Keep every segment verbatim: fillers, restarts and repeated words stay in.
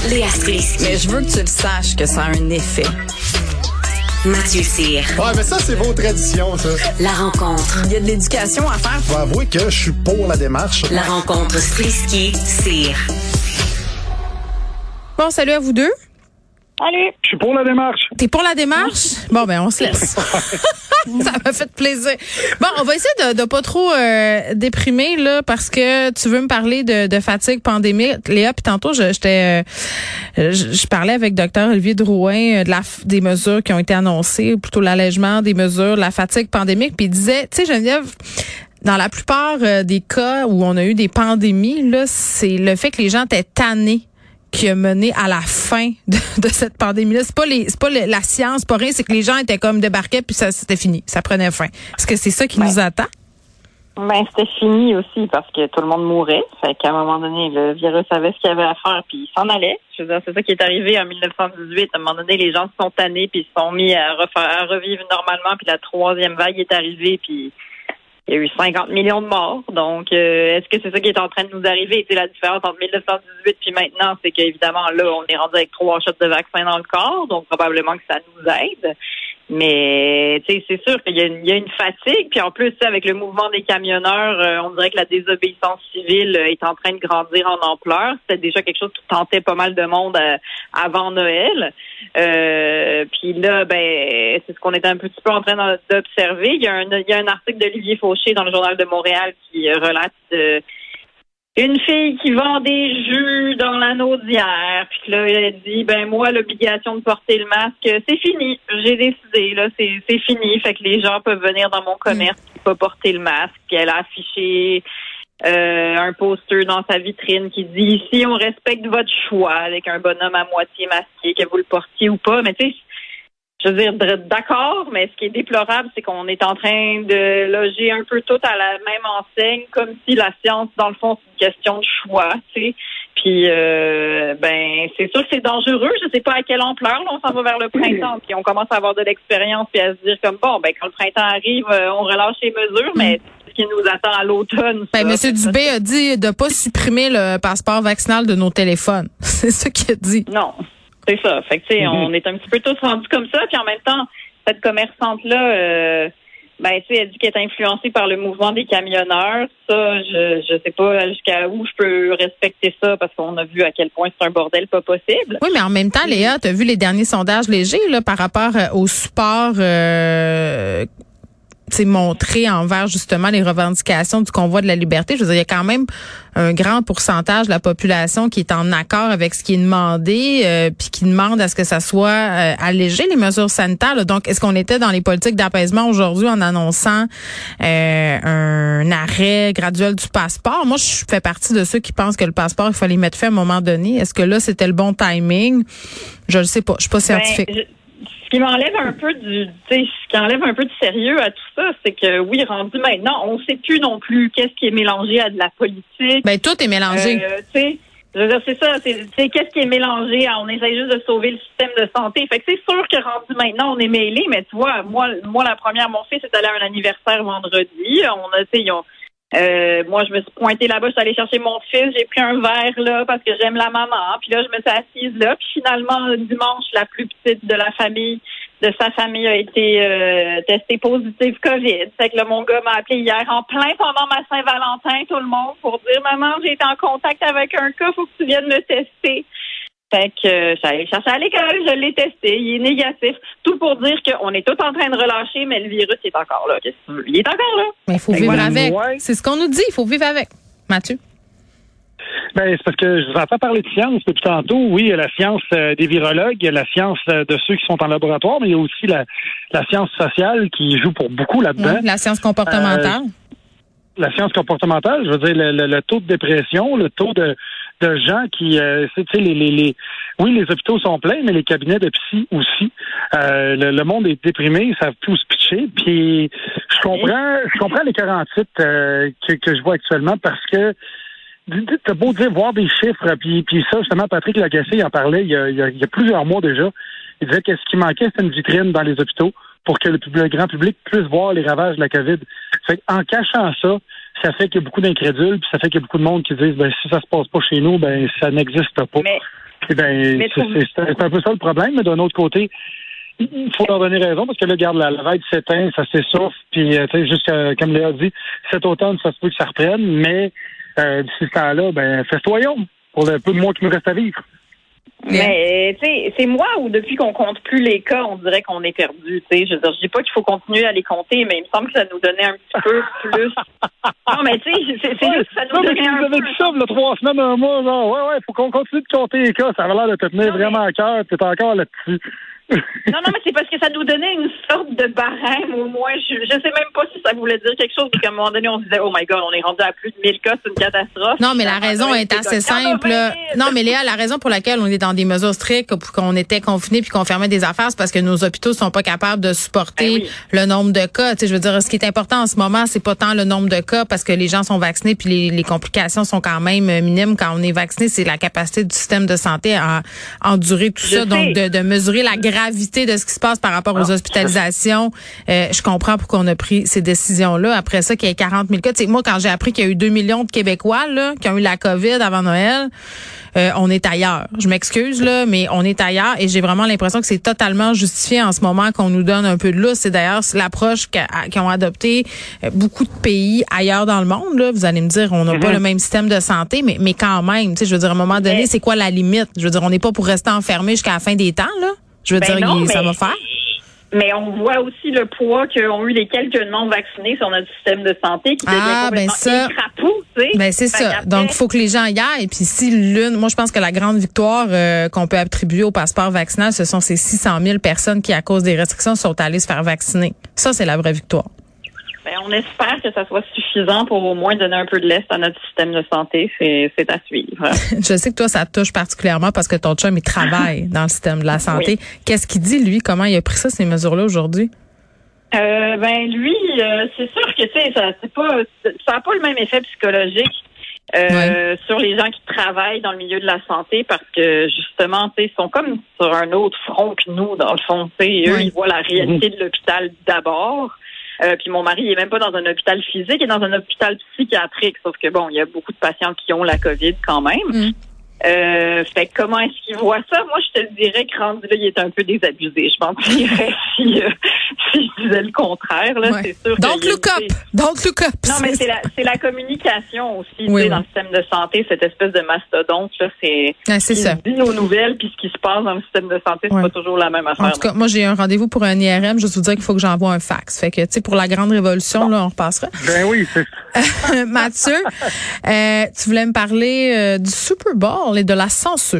Léa Strisky. Mais je veux que tu le saches que ça a un effet. Mathieu Cyr. Ouais, mais ça, c'est vos traditions, ça. La rencontre. Il y a de l'éducation à faire. Je vais avouer que je suis pour la démarche. La rencontre Strisky-Cyr. Bon, salut à vous deux. Salut. Je suis pour la démarche. T'es pour la démarche? Bon, ben, on se laisse. Ça m'a fait plaisir. Bon, on va essayer de, de pas trop euh, déprimer, là, parce que tu veux me parler de, de fatigue pandémique. Léa, puis tantôt, je, j'étais, euh, je, je parlais avec docteur Olivier Drouin euh, de la, des mesures qui ont été annoncées, ou plutôt l'allègement des mesures, de la fatigue pandémique, puis il disait, tu sais, Geneviève, dans la plupart euh, des cas où on a eu des pandémies, là, c'est le fait que les gens étaient tannés qui a mené à la fin de, de cette pandémie-là. C'est pas les, c'est pas le, la science, pas rien, c'est que les gens étaient comme débarqués puis ça, c'était fini. Ça prenait fin. Est-ce que c'est ça qui ben, nous attend? Ben, c'était fini aussi parce que tout le monde mourait. Fait qu'à un moment donné, le virus savait ce qu'il avait à faire puis il s'en allait. Je veux dire, c'est ça qui est arrivé en dix-neuf cent dix-huit. À un moment donné, les gens se sont tannés puis se sont mis à, refaire, à revivre normalement puis la troisième vague est arrivée puis il y a eu cinquante millions de morts. Donc, euh, est-ce que c'est ça qui est en train de nous arriver? C'est la différence entre dix-neuf cent dix-huit puis maintenant, c'est qu'évidemment, là, on est rendu avec trois shots de vaccin dans le corps. Donc, probablement que ça nous aide. Mais, tu sais, c'est sûr qu'il y a, une, il y a une fatigue. Puis en plus, avec le mouvement des camionneurs, euh, on dirait que la désobéissance civile est en train de grandir en ampleur. C'était déjà quelque chose qui tentait pas mal de monde euh, avant Noël. Euh, puis là, ben, c'est ce qu'on était un petit peu en train d'observer. Il y a un, il y a un article d'Olivier Fauché dans le Journal de Montréal qui relate euh, une fille qui vend des jus dans l'anneau d'hier, puis là, elle dit, ben moi, l'obligation de porter le masque, c'est fini. J'ai décidé, là, c'est, c'est fini. Fait que les gens peuvent venir dans mon commerce et pas porter le masque. Puis elle a affiché euh, un poster dans sa vitrine qui dit, ici, on respecte votre choix, avec un bonhomme à moitié masqué, que vous le portiez ou pas. Mais tu sais, je veux dire, d'accord, mais ce qui est déplorable, c'est qu'on est en train de loger un peu tout à la même enseigne, comme si la science, dans le fond, c'est une question de choix, tu sais. Puis, euh, ben, c'est sûr que c'est dangereux. Je sais pas à quelle ampleur. Là, on s'en va vers le printemps, puis on commence à avoir de l'expérience, puis à se dire comme, bon, ben, quand le printemps arrive, on relâche les mesures, mais ce qui nous attend à l'automne. Ben, M. Dubé a dit de pas supprimer le passeport vaccinal de nos téléphones. C'est ça qu'il a dit. Non. C'est ça. Fait que, tu sais, mm-hmm. on est un petit peu tous rendus comme ça. Puis en même temps, cette commerçante-là, euh, ben, tu sais, elle dit qu'elle est influencée par le mouvement des camionneurs. Ça, je je sais pas jusqu'à où je peux respecter ça parce qu'on a vu à quel point c'est un bordel pas possible. Oui, mais en même temps, Léa, tu as vu les derniers sondages légers là par rapport au support euh, montré envers justement les revendications du convoi de la liberté. Je veux dire, il y a quand même un grand pourcentage de la population qui est en accord avec ce qui est demandé, euh, puis qui demande à ce que ça soit euh, allégé, les mesures sanitaires. Là. Donc, est-ce qu'on était dans les politiques d'apaisement aujourd'hui en annonçant euh, un arrêt graduel du passeport? Moi, je fais partie de ceux qui pensent que le passeport, il fallait mettre fin à un moment donné. Est-ce que là, c'était le bon timing? Je le sais pas. Je suis pas scientifique. Ben, je... Ce qui m'enlève un peu du, tu sais, ce qui enlève un peu de sérieux à tout ça, c'est que oui, rendu maintenant, on sait plus non plus qu'est-ce qui est mélangé à de la politique. Ben tout est mélangé. Euh, tu sais, je veux dire, c'est ça, c'est, c'est qu'est-ce qui est mélangé à, on essaie juste de sauver le système de santé. Fait que c'est sûr que rendu maintenant, on est mêlé, mais tu vois, moi, moi la première, mon fils est allé à un anniversaire vendredi. On a, tu sais, ils ont Euh, moi, je me suis pointée là-bas, je suis allée chercher mon fils, j'ai pris un verre là parce que j'aime la maman. Puis là, je me suis assise là. Puis finalement, dimanche, la plus petite de la famille, de sa famille a été euh, testée positive COVID. Fait que là, mon gars m'a appelé hier en plein pendant ma Saint-Valentin, tout le monde, pour dire, maman, j'ai été en contact avec un cas, faut que tu viennes me tester. Fait que euh, j'allais chercher à l'école, je l'ai testé, il est négatif. Tout pour dire qu'on est tout en train de relâcher, mais le virus est encore là. Qu'est-ce que tu veux? Il est encore là. Mais il faut fait vivre voilà. avec. Ouais. C'est ce qu'on nous dit, il faut vivre avec. Mathieu? Ben, c'est parce que je vous entends parler de science depuis tantôt. Oui, il y a la science euh, des virologues, il y a la science euh, de ceux qui sont en laboratoire, mais il y a aussi la, la science sociale qui joue pour beaucoup là-dedans. Oui, la science comportementale. Euh, la science comportementale, je veux dire, le, le, le taux de dépression, le taux de, de gens qui, euh, tu sais, les, les, les, oui, les hôpitaux sont pleins, mais les cabinets de psy aussi. Euh, le, le monde est déprimé, ils savent plus où se pitcher. Puis, je comprends, je comprends les quarante-huit euh, que, que je vois actuellement parce que t'as beau dire voir des chiffres, puis, puis ça, justement, Patrick Lagacé il en parlait il y, a, il, y a, il y a plusieurs mois déjà. Il disait que ce qui manquait, c'était une vitrine dans les hôpitaux pour que le, le grand public puisse voir les ravages de la COVID. Fait en cachant ça, ça fait qu'il y a beaucoup d'incrédules, puis ça fait qu'il y a beaucoup de monde qui disent ben si ça se passe pas chez nous, ben ça n'existe pas. Mais Eh ben, Mais c'est, pour- c'est, c'est un peu ça le problème, mais d'un autre côté, il faut leur donner raison, parce que là, regarde, la, la vague s'éteint, ça s'essouffle, puis, euh, tu sais, juste euh, comme Léa dit, cet automne, ça se peut que ça reprenne, mais euh, d'ici ce temps-là, ben, festoyons pour le peu de mois qui nous reste à vivre. Mais, tu sais, c'est moi ou depuis qu'on compte plus les cas, on dirait qu'on est perdu, tu sais. Je veux dire, je dis pas qu'il faut continuer à les compter, mais il me semble que ça nous donnait un petit peu plus. Non, mais tu sais, c'est, c'est juste que ça nous Non, mais donnait si un vous avez peu. dit ça, il y a trois semaines, un mois, genre, ouais, ouais, faut qu'on continue de compter les cas, ça avait l'air de te tenir Non, mais- vraiment à cœur, t'es encore là-dessus. Non, non, mais c'est parce que ça nous donnait une sorte de barème, au moins. Je, je sais même pas si ça voulait dire quelque chose, mais qu'à un moment donné, on se disait, oh my God, on est rendu à plus de mille cas, c'est une catastrophe. Non, mais la raison Ouais, est c'est assez comme, simple. là. quatre-vingt mille. Non, mais Léa, la raison pour laquelle on est dans des mesures strictes, qu'on était confinés puis qu'on fermait des affaires, c'est parce que nos hôpitaux sont pas capables de supporter Ben oui. le nombre de cas. Tu sais, je veux dire, ce qui est important en ce moment, c'est pas tant le nombre de cas parce que les gens sont vaccinés puis les, les complications sont quand même minimes quand on est vacciné. C'est la capacité du système de santé à endurer tout Je ça. Donc, sais. de, de mesurer la gravité de ce qui se passe par rapport aux hospitalisations. Euh, je comprends pourquoi on a pris ces décisions-là. Après ça, qu'il y ait quarante mille cas. Tu sais, moi, quand j'ai appris qu'il y a eu deux millions de Québécois là, qui ont eu la COVID avant Noël, euh, on est ailleurs. Je m'excuse, là, mais on est ailleurs et j'ai vraiment l'impression que c'est totalement justifié en ce moment qu'on nous donne un peu de lousse. C'est d'ailleurs l'approche qu'a- qu'ont adopté euh, beaucoup de pays ailleurs dans le monde. Là. Vous allez me dire, on n'a pas le même système de santé, mais, mais quand même, tu sais, je veux dire, à un moment donné, Mais- c'est quoi la limite? Je veux dire, on n'est pas pour rester enfermé jusqu'à la fin des temps, là. Je veux Ben dire, non, il- ça mais- va faire. Mais on voit aussi le poids qu'ont eu les quelques non-vaccinés sur notre système de santé qui devient Ah, ben complètement ça- écrapou, tu sais. Ben c'est Fait ça. qu'après- Donc il faut que les gens y aillent. Puis si l'une, moi je pense que la grande victoire euh, qu'on peut attribuer au passeport vaccinal, ce sont ces six cent mille personnes qui, à cause des restrictions, sont allées se faire vacciner. Ça c'est la vraie victoire. Ben, on espère que ça soit suffisant pour au moins donner un peu de lest à notre système de santé. C'est, c'est à suivre. Je sais que toi ça te touche particulièrement parce que ton chum il travaille dans le système de la santé. Qu'est-ce qu'il dit lui? Comment il a pris ça ces mesures-là aujourd'hui? Euh, ben lui, euh, c'est sûr que tu sais, ça c'est pas, ça n'a pas le même effet psychologique euh, sur les gens qui travaillent dans le milieu de la santé parce que justement, tu sais, ils sont comme sur un autre front que nous dans le fond. Tu sais, eux, Oui. ils voient la réalité de l'hôpital d'abord. Euh, puis mon mari, il est même pas dans un hôpital physique, il est dans un hôpital psychiatrique. Sauf que bon, il y a beaucoup de patients qui ont la COVID quand même. Mm. Euh, fait que comment est-ce qu'il voit ça? Moi, je te le dirais que rendu là, il est un peu désabusé. Je mentirais si, euh, si je disais le contraire. Là, Ouais. c'est sûr. Don't qu'il y a- look up! Don't look up! Non, mais c'est la, c'est la communication aussi, tu Oui, sais, oui. dans le système de santé, cette espèce de mastodonte, là, c'est, Ah, c'est ce qui ça. se dit aux nouvelles, puis ce qui se passe dans le système de santé, c'est Ouais. pas toujours la même affaire. En tout cas, moi, j'ai un rendez-vous pour un I R M. Juste vous dire qu'il faut que j'envoie un fax. Fait que, tu sais, pour la grande révolution, là, on repassera. Ben oui, c'est Mathieu, euh, tu voulais me parler euh, du Super Bowl et de la censure.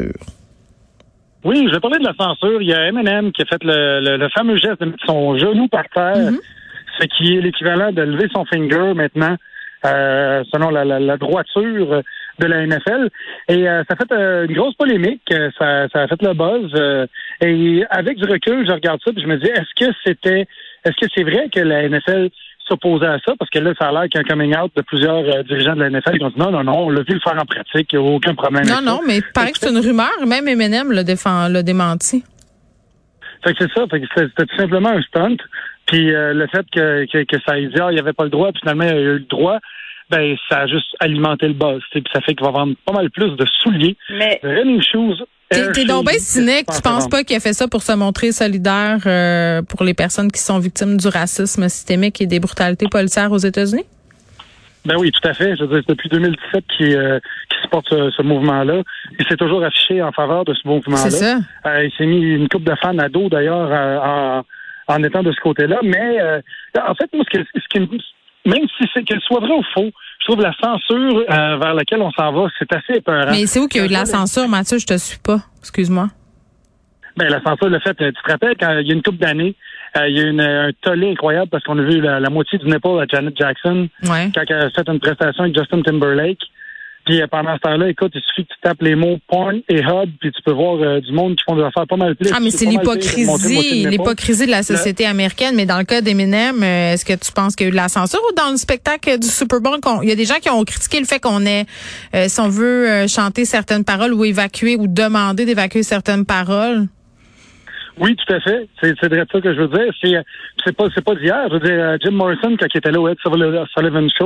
Oui, je vais parler de la censure. Il y a M and M qui a fait le, le, le fameux geste de mettre son genou par terre, Mm-hmm. ce qui est l'équivalent de lever son finger maintenant, euh, selon la, la, la droiture de la N F L. Et euh, ça a fait euh, une grosse polémique, euh, ça, ça a fait le buzz. euh, et avec du recul, je regarde ça et je me dis, est-ce que c'était, est-ce que c'est vrai que la N F L s'opposait à ça? Parce que là, ça a l'air qu'il y a un coming out de plusieurs euh, dirigeants de la N F L qui ont dit non, non, non, on l'a vu le faire en pratique, il n'y a aucun problème. Non, avec non, ça. mais il paraît que c'est une rumeur. Même M and M l'a, défend, l'a démenti. Fait que c'est ça, fait que c'était c'était tout simplement un stunt. Puis euh, le fait que, que, que ça ait dit, ah, il n'y avait pas le droit, puis finalement, il y a eu le droit, ben ça a juste alimenté le buzz. Puis ça fait qu'il va vendre pas mal plus de souliers. Mais, De running shoes. T'es, air t'es donc bien shoes, cynique. Tu penses pas qu'il a fait ça pour se montrer solidaire euh, pour les personnes qui sont victimes du racisme systémique et des brutalités policières aux États-Unis? Ben oui, tout à fait. Je veux dire, c'est depuis deux mille dix-sept qu'il euh, qu'il supporte ce, ce mouvement-là. Il s'est toujours affiché en faveur de ce mouvement-là. C'est ça. Euh, il s'est mis une couple de fans à dos, d'ailleurs, euh, en, en étant de ce côté-là. Mais euh, en fait, moi, ce, que, ce qui me- même si c'est qu'elle soit vrai ou faux, je trouve la censure euh, vers laquelle on s'en va, c'est assez épeurant. Mais c'est où qu'il y a eu de la censure, Mathieu? Je te suis pas. Excuse-moi. Ben, la censure, le fait, euh, tu te rappelles, quand il y a une couple d'années, euh, il y a eu une, un tollé incroyable parce qu'on a vu la, la moitié du nipple à Janet Jackson Ouais. quand elle a fait une prestation avec Justin Timberlake. Puis euh, pendant ce temps-là, écoute, il suffit que tu tapes les mots porn et hub, puis tu peux voir euh, du monde qui font des affaires pas mal plus. Ah, mais c'est pas mal pire de montrer une moitié l'hypocrisie, de nipple. l'hypocrisie de la société américaine. Mais dans le cas d'Eminem, euh, est-ce que tu penses qu'il y a eu de la censure ou dans le spectacle du Super Bowl, qu'on- il y a des gens qui ont critiqué le fait qu'on ait, euh, si on veut, euh, chanter certaines paroles ou évacuer ou demander d'évacuer certaines paroles? Oui, tout à fait. C'est c'est vrai ça que je veux dire. C'est c'est pas c'est pas d'hier. Je veux dire, euh, Jim Morrison, quand il était là au Ed Sullivan Show,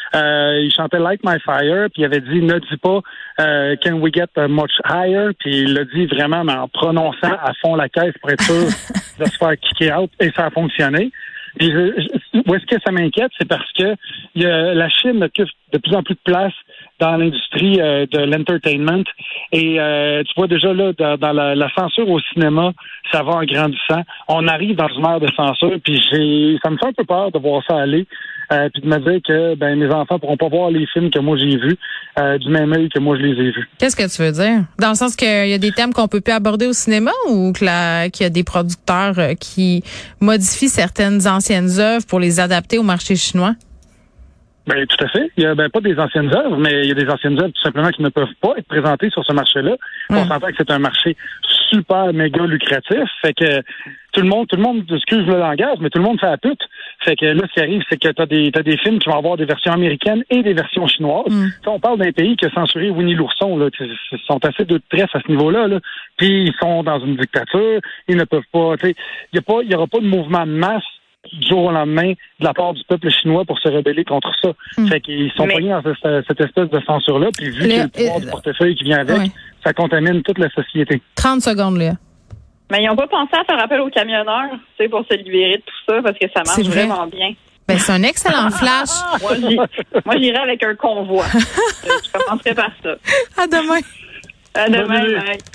Euh, il chantait Light My Fire, puis il avait dit ne dis pas euh, Can we get much higher, puis il l'a dit vraiment mais en prononçant à fond la caisse pour être sûr de se faire kicker out, et ça a fonctionné. Et je, je, où est-ce que ça m'inquiète, c'est parce que il y a, la Chine occupe de plus en plus de place dans l'industrie euh, de l'entertainment. Et euh, tu vois déjà là, dans, dans la, la censure au cinéma, ça va en grandissant. On arrive dans une ère de censure, puis j'ai, ça me fait un peu peur de voir ça aller, euh, puis de me dire que ben mes enfants pourront pas voir les films que moi j'ai vus euh, du même œil que moi je les ai vus. Qu'est-ce que tu veux dire? Dans le sens qu'il y a des thèmes qu'on peut plus aborder au cinéma, ou que la, qu'il y a des producteurs euh, qui modifient certaines anciennes œuvres pour les adapter au marché chinois? Ben tout à fait. Il y a ben pas des anciennes œuvres, mais il y a des anciennes œuvres tout simplement qui ne peuvent pas être présentées sur ce marché-là. Mmh. On s'entend que c'est un marché super méga lucratif. Fait que tout le monde, tout le monde, excuse le langage, mais tout le monde fait la pute. Fait que là, ce qui arrive, c'est que t'as des t'as des films qui vont avoir des versions américaines et des versions chinoises. Mmh. T'sais, on parle d'un pays qui a censuré Winnie l'ourson, là. Ils sont assez de tresse à ce niveau-là, là. Puis ils sont dans une dictature. Ils ne peuvent pas. Il y a pas, il y aura pas de mouvement de masse du jour au lendemain de la part du peuple chinois pour se rebeller contre ça. Mm. Fait qu'ils sont pognés dans cette, cette espèce de censure-là, puis vu qu'il y a le pouvoir euh, du portefeuille qui vient avec, ouais. ça contamine toute la société. trente secondes, Léa. Mais ils n'ont pas pensé à faire appel aux camionneurs, tu sais, pour se libérer de tout ça, parce que ça marche vraiment bien. Ben, c'est un excellent flash. moi, j'y, moi, j'irais avec un convoi. Je commencerai par ça. À demain. À demain, Mike.